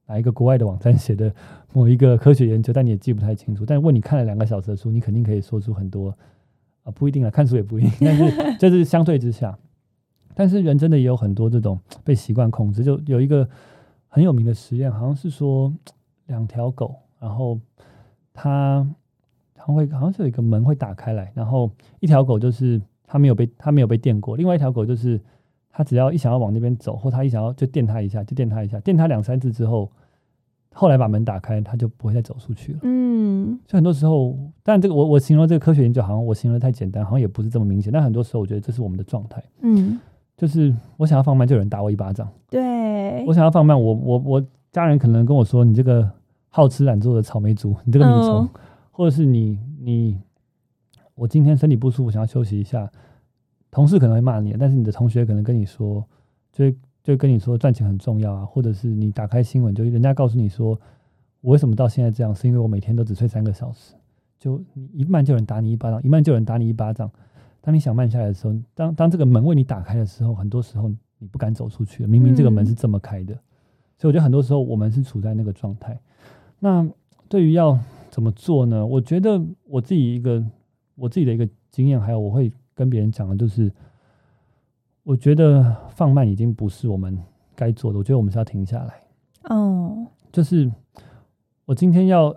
哪一个国外的网站写的某一个科学研究，但你也记不太清楚。但如果你看了2个小时的书，你肯定可以说出很多不一定啦，看书也不一定，但是这是相对之下。但是人真的也有很多这种被习惯控制，就有一个很有名的实验，好像是说2条狗，然后它好像是有一个门会打开来，然后一条狗就是它没有被电过，另外一条狗就是它只要一想要往那边走，或它一想要就电它一下，电它2-3次之后，后来把门打开，它就不会再走出去了。所以很多时候，当然这个我形容这个科学研究好像我形容的太简单，好像也不是这么明显，但很多时候我觉得这是我们的状态。就是我想要放慢，就有人打我一巴掌。 对， 我想要放慢，我家人可能跟我说：“你这个好吃懒做的草莓族，你这个米虫。或者是我今天身体不舒服，想要休息一下，同事可能会骂你，但是你的同学可能跟你说，就跟你说赚钱很重要啊，或者是你打开新闻，就人家告诉你说，我为什么到现在这样，是因为我每天都只睡3个小时。就你一慢就有人打你一巴掌，一慢就有人打你一巴掌。当你想慢下来的时候，当这个门为你打开的时候，很多时候你不敢走出去了，明明这个门是这么开的。所以我觉得很多时候我们是处在那个状态。那对于要怎么做呢？我觉得我自己的一个经验，还有我会跟别人讲的，就是我觉得放慢已经不是我们该做的，我觉得我们是要停下来。就是我今天要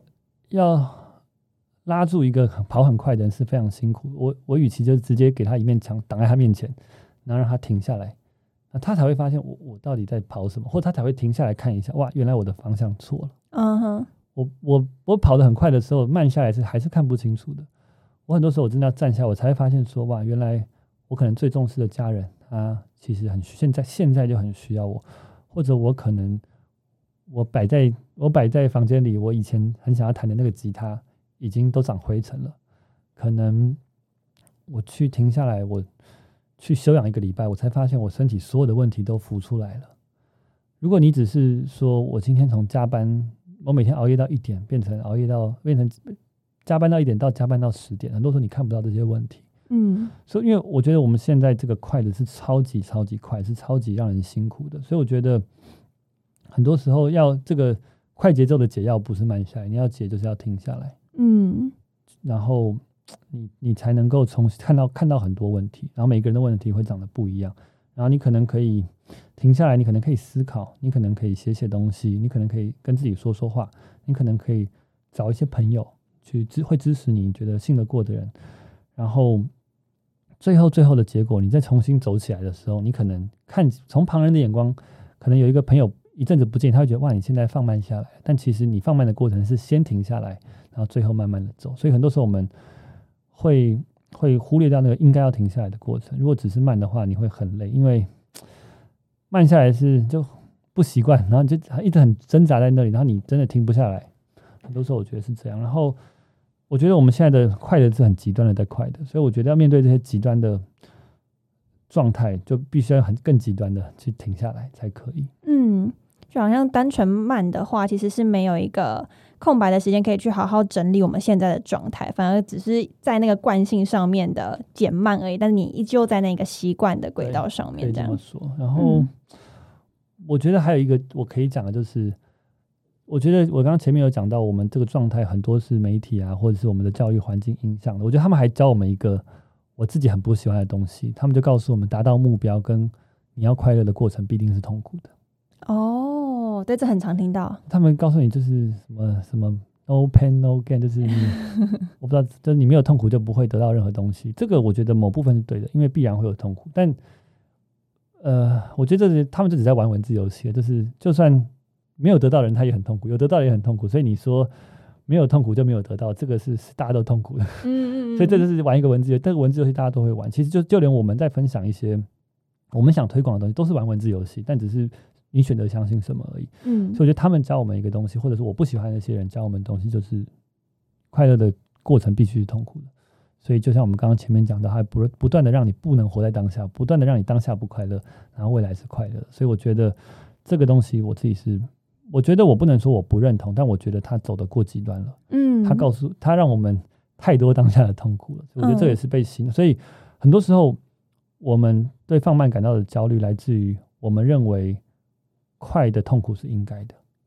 拉住一个跑很快的人是非常辛苦，我与其就直接给他一面墙挡在他面前，然后让他停下来，那他才会发现我到底在跑什么，或者他才会停下来看一下，哇，原来我的方向错了。我跑得很快的时候，慢下来还是看不清楚的。我很多时候我真的要站下，我才会发现说，哇，原来我可能最重视的家人，他其实现在就很需要我，或者我可能我摆在房间里，我以前很想要弹的那个吉他已经都长灰尘了，可能我去停下来，我去休养1个礼拜，我才发现我身体所有的问题都浮出来了。如果你只是说我今天从加班，我每天熬夜到1点，变成加班到1点到加班到10点，很多时候你看不到这些问题。所以因为我觉得我们现在这个快的是超级超级快，是超级让人辛苦的，所以我觉得很多时候要这个快节奏的解药不是慢下来，你要解就是要停下来。然后你才能够重新看到很多问题，然后每个人的问题会长得不一样，然后你可能可以停下来，你可能可以思考，你可能可以写东西，你可能可以跟自己说话，你可能可以找一些朋友会支持你觉得信得过的人，然后最后的结果，你再重新走起来的时候，你可能从旁人的眼光，可能有一个朋友一阵子不见，他会觉得哇，你现在放慢下来，但其实你放慢的过程是先停下来，然后最后慢慢的走。所以很多时候我们会忽略掉那个应该要停下来的过程。如果只是慢的话，你会很累，因为慢下来就不习惯，然后就一直很挣扎在那里，然后你真的停不下来。很多时候我觉得是这样。然后我觉得我们现在的快的是很极端的在快的，所以我觉得要面对这些极端的状态，就必须要更极端的去停下来才可以。 就好像单纯慢的话，其实是没有一个空白的时间可以去好好整理我们现在的状态，反而只是在那个惯性上面的减慢而已，但是你依旧在那个习惯的轨道上面，这样说。然后我觉得还有一个我可以讲的就是，我觉得我刚刚前面有讲到，我们这个状态很多是媒体啊，或者是我们的教育环境影响的。我觉得他们还教我们一个我自己很不喜欢的东西，他们就告诉我们，达到目标跟你要快乐的过程必定是痛苦的。 对，这很常听到。 他们告诉你就是什么 no pain no gain， 就是我不知道，就是你没有痛苦就不会得到任何东西。这个我觉得某部分是对的，因为必然会有痛苦。但我觉得他们就只在玩文字游戏，就是就算没有得到的人他也很痛苦，有得到的也很痛苦。所以你说没有痛苦就没有得到，这个是大家都痛苦的。所以这就是玩一个文字游戏，这个文字游戏大家都会玩。其实就连我们在分享一些我们想推广的东西，都是玩文字游戏，但只是你选择相信什么而已。所以我觉得他们教我们一个东西，或者是我不喜欢的那些人教我们的东西，就是快乐的过程必须是痛苦的。所以就像我们刚刚前面讲到，它不断的让你不能活在当下，不断的让你当下不快乐，然后未来是快乐。所以我觉得这个东西我自己我觉得我不能说我不认同，但我觉得他走得过极端了。他让我们太多当下的痛苦了。我觉得这也是被洗脑。所以很多时候我们对放慢感到的焦虑，来自于我们认为快的痛苦是应该的。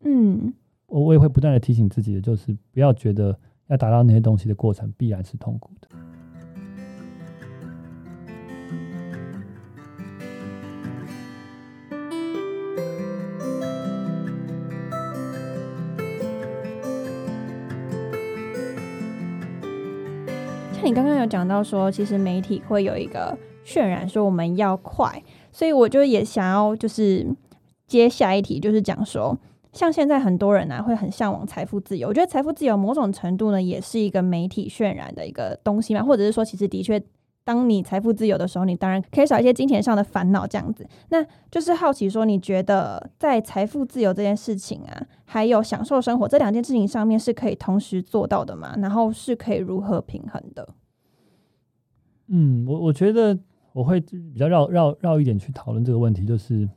我也会不断的提醒自己的，就是不要觉得要达到那些东西的过程必然是痛苦的。 像你刚刚有讲到说，其实媒体会有一个渲染说我们要快，所以我就也想要就是接下一题，就是讲说，像现在很多人会很向往财富自由，我觉得财富自由某种程度呢也是一个媒体渲染的一个东西嘛，或者是说其实的确当你财富自由的时候，你当然可以少一些金钱上的烦恼这样子。那就是好奇说，你觉得在财富自由这件事情还有享受生活这两件事情上面是可以同时做到的吗？然后是可以如何平衡的？ 我觉得我会比较绕一点去讨论这个问题，就是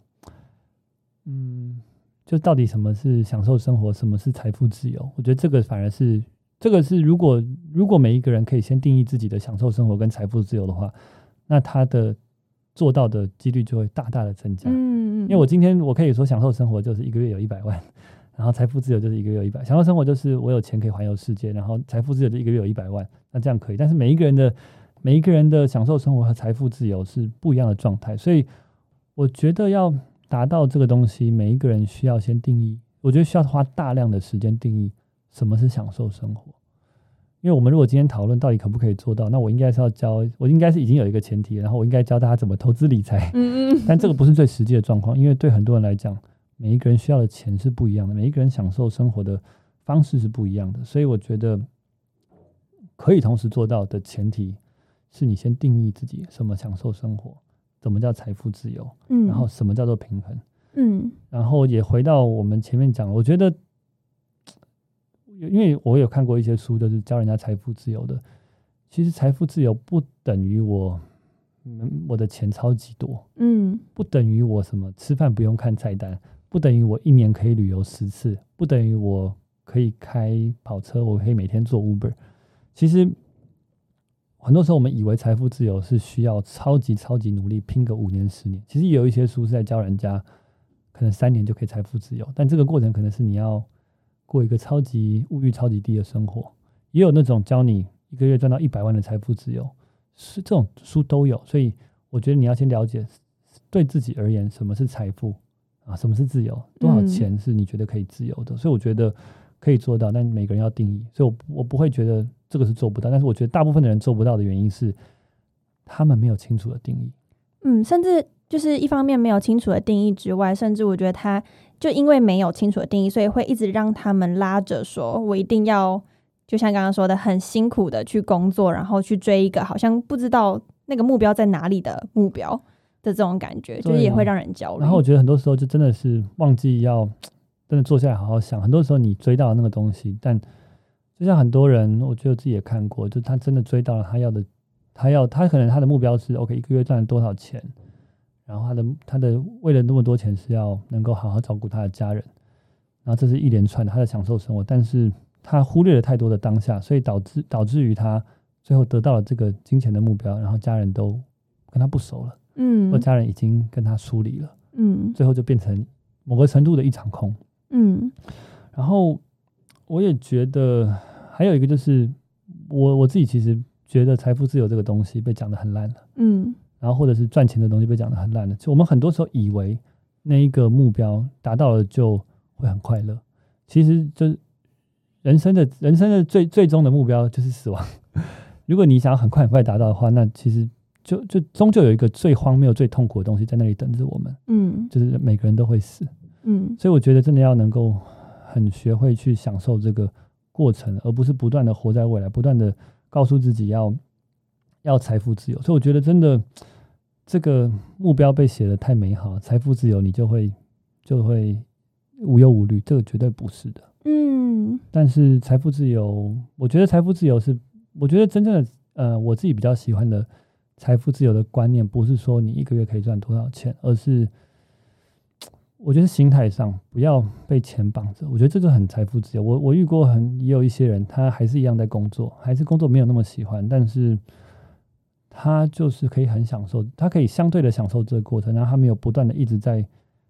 就到底什么是享受生活，什么是财富自由？我觉得这个反而是如果每一个人可以先定义自己的享受生活跟财富自由的话，那他的做到的几率就会大大的增加。因为我今天我可以说享受生活就是一个月有100万，然后财富自由就是一个月有100，享受生活就是我有钱可以环游世界，然后财富自由就一个月有100万，那这样可以。但是每一个人的享受生活和财富自由是不一样的状态，所以我觉得要达到这个东西，每一个人需要先定义，我觉得需要花大量的时间定义什么是享受生活。因为我们如果今天讨论到底可不可以做到，那我应该是已经有一个前提，然后我应该教大家怎么投资理财。但这个不是最实际的状况，因为对很多人来讲，每一个人需要的钱是不一样的，每一个人享受生活的方式是不一样的，所以我觉得可以同时做到的前提是你先定义自己什么享受生活，什么叫财富自由，然后什么叫做平衡。然后也回到我们前面讲，我觉得因为我有看过一些书，就是教人家财富自由的，其实财富自由不等于我的钱超级多，不等于我什么吃饭不用看菜单，不等于我1年可以旅游10次，不等于我可以开跑车，我可以每天做 Uber。其实很多时候我们以为财富自由是需要超级努力拼个5年10年，其实也有一些书是在教人家可能3年就可以财富自由，但这个过程可能是你要过一个物欲超级低的生活，也有那种教你1个月赚到100万的财富自由，是这种书都有。所以我觉得你要先了解对自己而言什么是财富什么是自由，多少钱是你觉得可以自由的。所以我觉得可以做到，但每个人要定义，所以我不会觉得这个是做不到，但是我觉得大部分的人做不到的原因是他们没有清楚的定义。 甚至就是一方面没有清楚的定义之外，甚至我觉得他就因为没有清楚的定义，所以会一直让他们拉着说我一定要就像刚刚说的很辛苦的去工作，然后去追一个好像不知道那个目标在哪里的目标的这种感觉，就是也会让人焦虑。 然后我觉得很多时候就真的是忘记要真的坐下来好好想，很多时候你追到了那个东西，但就像很多人我觉得自己也看过，就他真的追到了他可能他的目标是 OK 1个月赚了多少钱，然后他的为了那么多钱是要能够好好照顾他的家人，然后这是一连串的他的享受生活，但是他忽略了太多的当下，所以导致于他最后得到了这个金钱的目标，然后家人都跟他不熟了，或家人已经跟他疏离了，最后就变成某个程度的一场空。然后我也觉得还有一个就是我自己其实觉得财富自由这个东西被讲得很烂了，然后或者是赚钱的东西被讲得很烂了，就我们很多时候以为那一个目标达到了就会很快乐，其实就人生的最终的目标就是死亡。如果你想要很快达到的话，那其实就终究有一个最荒谬最痛苦的东西在那里等着我们，就是每个人都会死。所以我觉得真的要能够很学会去享受这个过程，而不是不断的活在未来，不断的告诉自己要财富自由。所以我觉得真的这个目标被写得太美好，财富自由你就会无忧无虑，这个绝对不是的。但是财富自由，我觉得财富自由是我觉得真正的我自己比较喜欢的财富自由的观念，不是说你1个月可以赚多少钱，而是我觉得心态上不要被钱绑着，我觉得这就很财富自由。我遇过也有一些人，他还是一样在工作，还是工作没有那么喜欢，但是他就是可以很享受，他可以相对的享受这个过程，然后他没有不断的一直在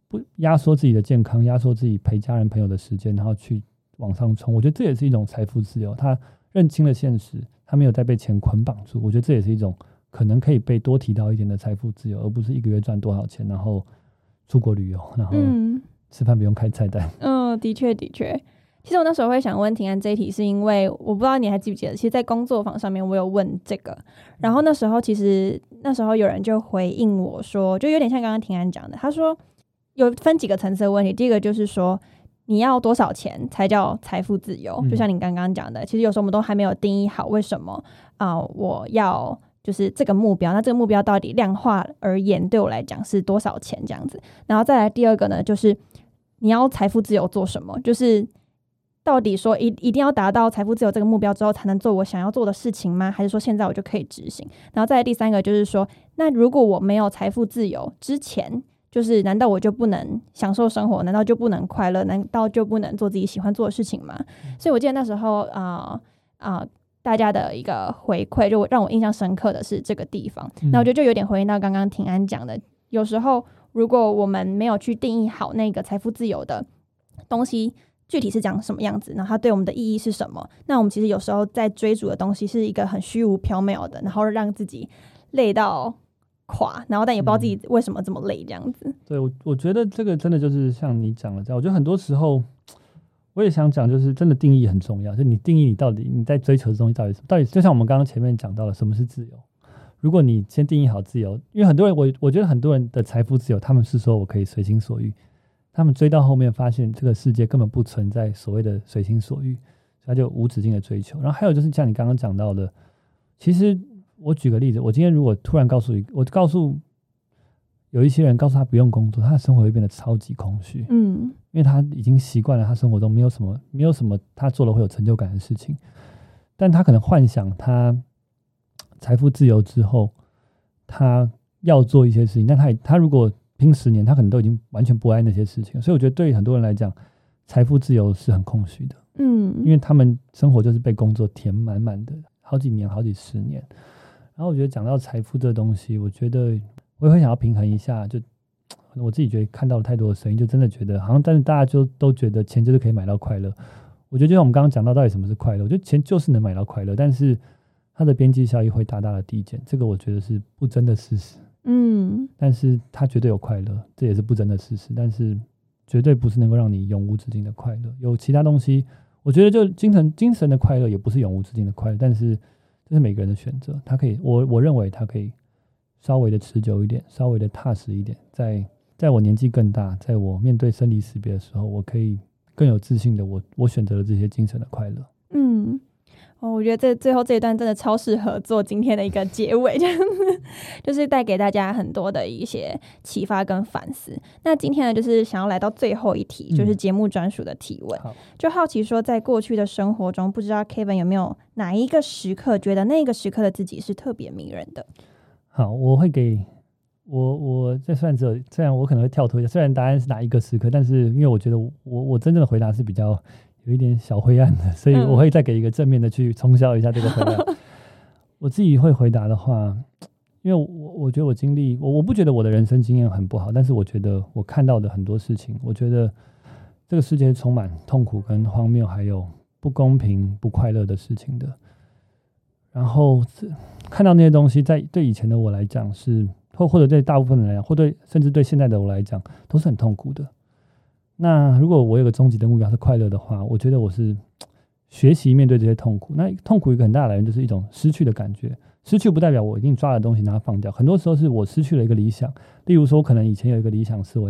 不压缩自己的健康，压缩自己陪家人朋友的时间，然后去往上冲。我觉得这也是一种财富自由。他认清了现实，他没有再被钱捆绑住。我觉得这也是一种可能可以被多提到一点的财富自由，而不是一个月赚多少钱，然后出国旅游，然后吃饭不用开菜单。 的确的确。其实我那时候会想问庭安这一题，是因为我不知道你还记不记得，其实在工作坊上面我有问这个，然后那时候有人就回应我说，就有点像刚刚庭安讲的，他说有分几个层次的问题。第一个就是说你要多少钱才叫财富自由，就像你刚刚讲的，其实有时候我们都还没有定义好为什么我要就是这个目标，那这个目标到底量化而言对我来讲是多少钱这样子。然后再来第二个呢，就是你要财富自由做什么，就是到底说一定要达到财富自由这个目标之后才能做我想要做的事情吗？还是说现在我就可以执行？然后再来第三个就是说，那如果我没有财富自由之前，就是难道我就不能享受生活？难道就不能快乐？难道就不能做自己喜欢做的事情吗？所以我记得那时候大家的一个回馈，就让我印象深刻的是这个地方。那我觉得就有点回应到刚刚庭安讲的，有时候如果我们没有去定义好那个财富自由的东西具体是长什么样子，然后它对我们的意义是什么，那我们其实有时候在追逐的东西是一个很虚无缥缈的，然后让自己累到垮，然后但也不知道自己为什么这么累这样子。 对，我觉得这个真的就是像你讲的这样，我觉得很多时候我也想讲，就是真的定义很重要，就你定义你到底你在追求的东西到底就像我们刚刚前面讲到了什么是自由。如果你先定义好自由，因为很多人我觉得很多人的财富自由，他们是说我可以随心所欲，他们追到后面发现这个世界根本不存在所谓的随心所欲，他就无止境的追求。然后还有就是像你刚刚讲到的，其实我举个例子，我今天如果突然告诉有一些人告诉他不用工作，他的生活会变得超级空虚，因为他已经习惯了他生活中没有什么他做了会有成就感的事情，但他可能幻想他财富自由之后他要做一些事情，但他如果拼10年，他可能都已经完全不爱那些事情。所以我觉得对很多人来讲，财富自由是很空虚的，因为他们生活就是被工作填满满的，好几年好几10年。然后我觉得讲到财富这东西，我觉得我也会想要平衡一下，就我自己觉得看到了太多的声音，就真的觉得好像，但是大家就都觉得钱就是可以买到快乐。我觉得就像我们刚刚讲到底什么是快乐，我觉得钱就是能买到快乐，但是它的边际效益会大大的递减，这个我觉得是不争的事实。但是它绝对有快乐，这也是不争的事实，但是绝对不是能够让你永无止境的快乐。有其他东西，我觉得就精神的快乐也不是永无止境的快乐，但是这是每个人的选择。它可以，我认为它可以稍微的持久一点，稍微的踏实一点。在我年纪更大，在我面对生离死别的时候，我可以更有自信的，我选择了这些精神的快乐。 我觉得最后这一段真的超适合做今天的一个结尾，就是带给大家很多的一些启发跟反思。那今天呢，就是想要来到最后一题，就是节目专属的提问。就好奇说，在过去的生活中，不知道 Kevin 有没有哪一个时刻觉得那个时刻的自己是特别迷人的？ 好，我会给我这虽然我可能会跳脱一下，虽然答案是哪一个时刻，但是因为我觉得我真正的回答是比较有一点小灰暗的，所以我会再给一个正面的去冲销一下这个回答。我自己会回答的话，因为我觉得我经历，我不觉得我的人生经验很不好，但是我觉得我看到的很多事情，我觉得这个世界充满痛苦跟荒谬，还有不公平、不快乐的事情的。然后看到那些东西，对以前的我来讲是，或者对大部分人来讲，或甚至对现在的我来讲，都是很痛苦的。那如果我有个终极的目标是快乐的话，我觉得我是学习面对这些痛苦。那痛苦一个很大的来源就是一种失去的感觉，失去不代表我一定抓的东西拿它放掉，很多时候是我失去了一个理想。例如说，可能以前有一个理想是我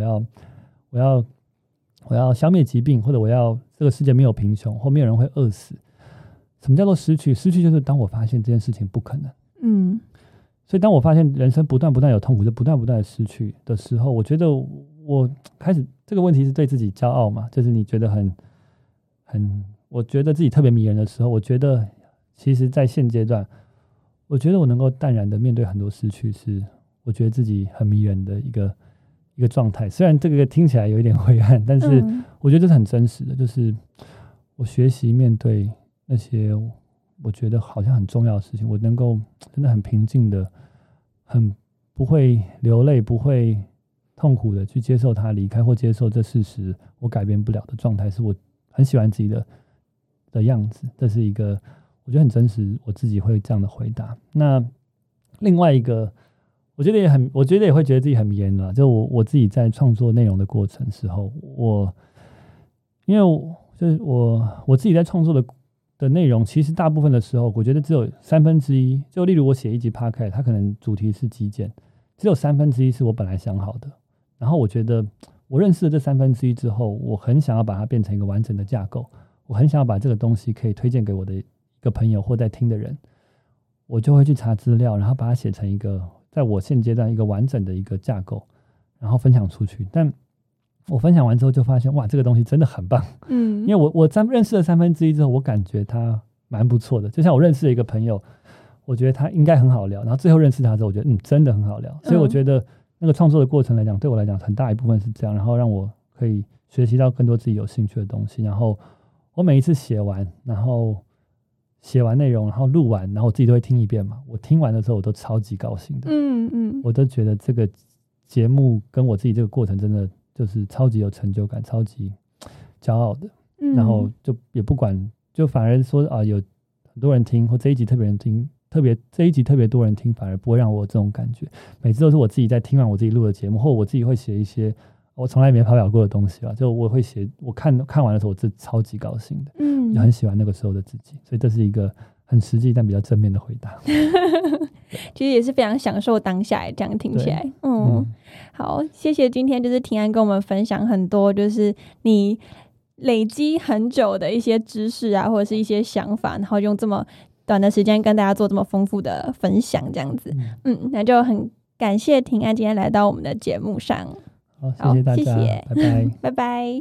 要消灭疾病，或者我要这个世界没有贫穷，或没有人会饿死。什么叫做失去？失去就是当我发现这件事情不可能。所以当我发现人生不断有痛苦，就不断的失去的时候，我觉得我开始这个问题是对自己骄傲嘛，就是你觉得我觉得自己特别迷人的时候，我觉得其实在现阶段，我觉得我能够淡然的面对很多失去，是我觉得自己很迷人的一个状态。虽然这个听起来有一点灰暗，但是我觉得这是很真实的，就是我学习面对那些我觉得好像很重要的事情，我能够真的很平静的，很不会流泪，不会痛苦的去接受他离开，或接受这事实我改变不了的状态，是我很喜欢自己的样子。这是一个我觉得很真实，我自己会这样的回答。那另外一个我觉得也会觉得自己很迷人啦，就我自己在创作内容的过程时候，因为就是我自己在创作的内容，其实大部分的时候我觉得只有1/3，就例如我写一集 podcast， 它可能主题是极简，只有1/3是我本来想好的，然后我觉得我认识了这1/3之后，我很想要把它变成一个完整的架构，我很想要把这个东西可以推荐给我的一个朋友或在听的人，我就会去查资料，然后把它写成一个在我现阶段一个完整的一个架构，然后分享出去。但我分享完之后就发现，哇，这个东西真的很棒。因为我认识了1/3之后，我感觉他蛮不错的。就像我认识了一个朋友，我觉得他应该很好聊，然后最后认识他之后，我觉得真的很好聊。所以我觉得那个创作的过程来讲，对我来讲很大一部分是这样，然后让我可以学习到更多自己有兴趣的东西。然后我每一次写完内容，然后录完，然后我自己都会听一遍嘛。我听完的时候，我都超级高兴的。我都觉得这个节目跟我自己这个过程真的就是超级有成就感，超级骄傲的。然后就也不管，就反而说有很多人听，或这一集特别人听，这一集特别多人听，反而不会让我有这种感觉。每次都是我自己在听完我自己录的节目，或我自己会写一些我从来没发表过的东西就我会写，我看完的时候，我是超级高兴的。就很喜欢那个时候的自己，所以这是一个很实际但比较正面的回答。 其实也是非常享受当下，这样听起来。好，谢谢今天就是庭安跟我们分享很多，就是你累积很久的一些知识啊，或者是一些想法，然后用这么短的时间跟大家做这么丰富的分享，这样子。那就很感谢庭安今天来到我们的节目上。 好，谢谢大家，谢谢，拜拜， 拜拜。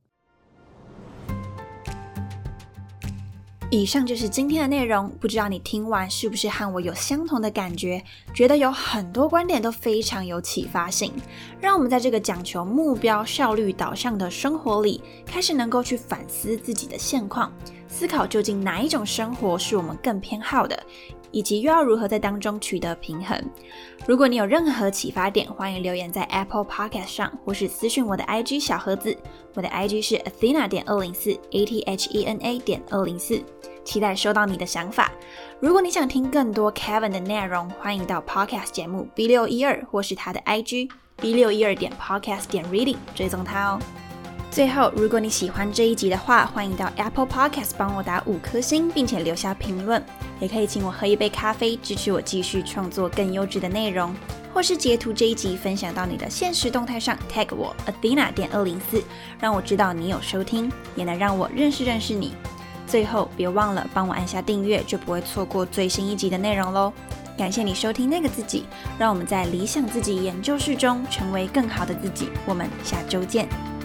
以上就是今天的内容，不知道你听完是不是和我有相同的感觉，觉得有很多观点都非常有启发性。让我们在这个讲求目标效率导向的生活里，开始能够去反思自己的现况，思考究竟哪一种生活是我们更偏好的，以及又要如何在当中取得平衡。如果你有任何启发点，欢迎留言在 Apple Podcast 上，或是私讯我的 IG 小盒子，我的 IG 是 athena.204 ATHENA.204， 期待收到你的想法。如果你想听更多 Kevin 的内容，欢迎到 Podcast 节目 B612 或是他的 IG B612.podcast.reading 追踪他哦。最后，如果你喜欢这一集的话，欢迎到 Apple Podcast 帮我打5颗星，并且留下评论，也可以请我喝一杯咖啡，支持我继续创作更优质的内容，或是截图这一集分享到你的限时动态上 tag 我 athena.204， 让我知道你有收听，也能让我认识你。最后，别忘了帮我按下订阅，就不会错过最新一集的内容咯。感谢你收听那个自己，让我们在理想自己研究室中成为更好的自己。我们下周见。